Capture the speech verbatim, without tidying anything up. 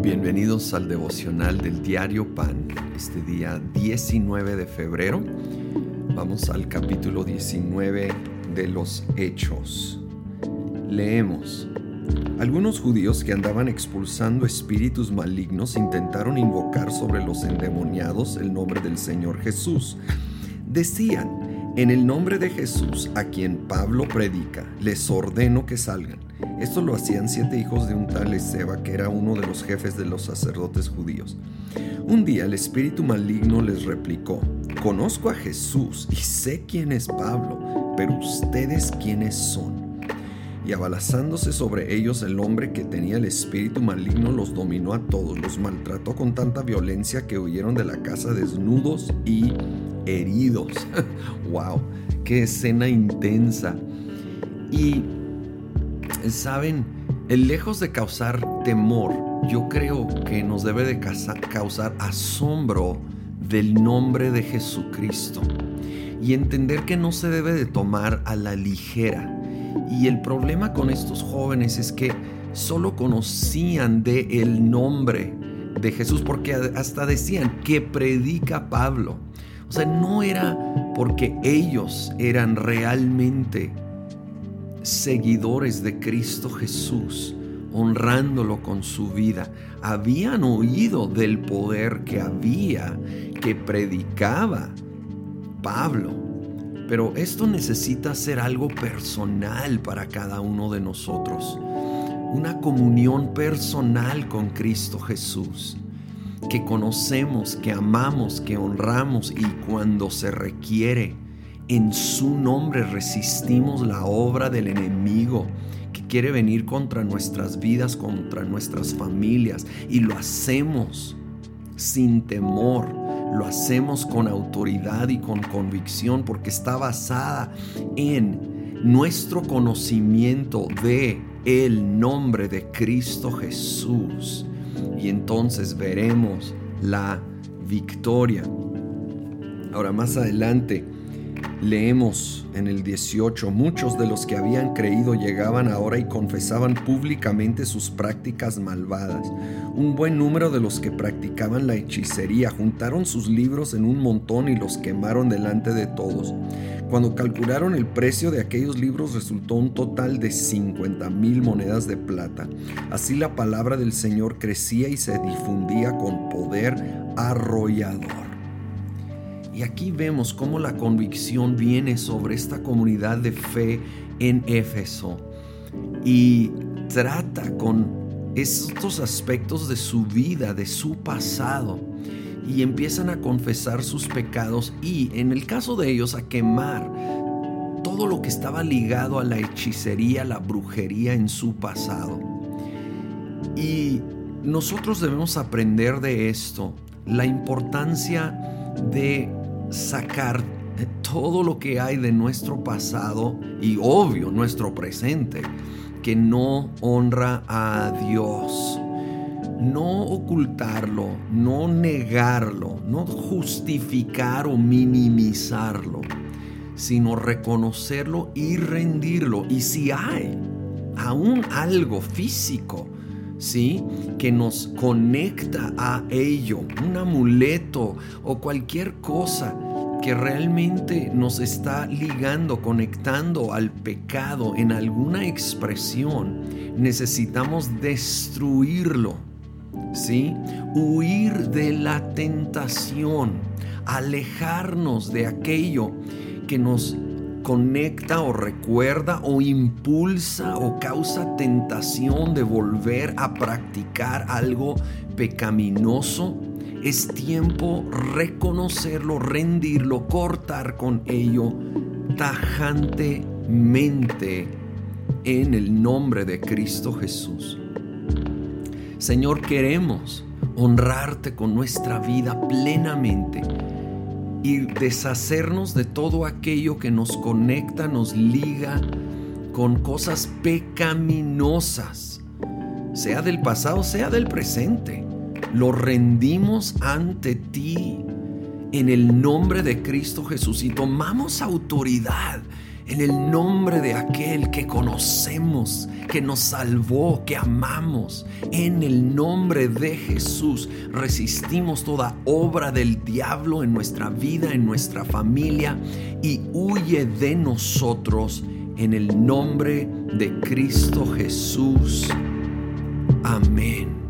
Bienvenidos al devocional del Diario Pan. Este día diecinueve de febrero vamos al capítulo diecinueve de los Hechos. Leemos: Algunos judíos que andaban expulsando espíritus malignos intentaron invocar sobre los endemoniados el nombre del Señor Jesús. Decían: en el nombre de Jesús, a quien Pablo predica, les ordeno que salgan. Esto lo hacían siete hijos de un tal Esceva, que era uno de los jefes de los sacerdotes judíos. Un día el espíritu maligno les replicó: conozco a Jesús y sé quién es Pablo, pero ustedes quiénes son. Y abalazándose sobre ellos, el hombre que tenía el espíritu maligno los dominó a todos, los maltrató con tanta violencia que huyeron de la casa desnudos y heridos. ¡Wow! ¡Qué escena intensa! Y, ¿saben? El lejos de causar temor, yo creo que nos debe de causar asombro del nombre de Jesucristo y entender que no se debe de tomar a la ligera. Y el problema con estos jóvenes es que solo conocían de el nombre de Jesús, porque hasta decían que predica Pablo. O sea, no era porque ellos eran realmente seguidores de Cristo Jesús, honrándolo con su vida. Habían oído del poder que había, que predicaba Pablo. Pero esto necesita ser algo personal para cada uno de nosotros. Una comunión personal con Cristo Jesús, que conocemos, que amamos, que honramos, y cuando se requiere, en su nombre resistimos la obra del enemigo que quiere venir contra nuestras vidas, contra nuestras familias, y lo hacemos sin temor. Lo hacemos con autoridad y con convicción, porque está basada en nuestro conocimiento de el nombre de Cristo Jesús. Y entonces veremos la victoria. Ahora, más adelante leemos en el dieciocho: muchos de los que habían creído llegaban ahora y confesaban públicamente sus prácticas malvadas. Un buen número de los que practicaban la hechicería juntaron sus libros en un montón y los quemaron delante de todos. Cuando calcularon el precio de aquellos libros, resultó un total de cincuenta mil monedas de plata. Así la palabra del Señor crecía y se difundía con poder arrollador. Y aquí vemos cómo la convicción viene sobre esta comunidad de fe en Éfeso y trata con estos aspectos de su vida, de su pasado, y empiezan a confesar sus pecados y, en el caso de ellos, a quemar todo lo que estaba ligado a la hechicería, la brujería en su pasado. Y nosotros debemos aprender de esto, la importancia de sacar todo lo que hay de nuestro pasado y, obvio, nuestro presente, que no honra a Dios. No ocultarlo, no negarlo, no justificar o minimizarlo, sino reconocerlo y rendirlo. Y si hay aún algo físico, ¿sí?, que nos conecta a ello, un amuleto o cualquier cosa que realmente nos está ligando, conectando al pecado en alguna expresión, necesitamos destruirlo, ¿sí? Huir de la tentación, alejarnos de aquello que nos conecta o recuerda o impulsa o causa tentación de volver a practicar algo pecaminoso. Es tiempo reconocerlo, rendirlo, cortar con ello tajantemente en el nombre de Cristo Jesús. Señor, queremos honrarte con nuestra vida plenamente y deshacernos de todo aquello que nos conecta, nos liga con cosas pecaminosas, sea del pasado, sea del presente. Lo rendimos ante ti en el nombre de Cristo Jesús y tomamos autoridad En el nombre de aquel que conocemos, que nos salvó, que amamos. En el nombre de Jesús resistimos toda obra del diablo en nuestra vida, en nuestra familia, y huye de nosotros en el nombre de Cristo Jesús. Amén.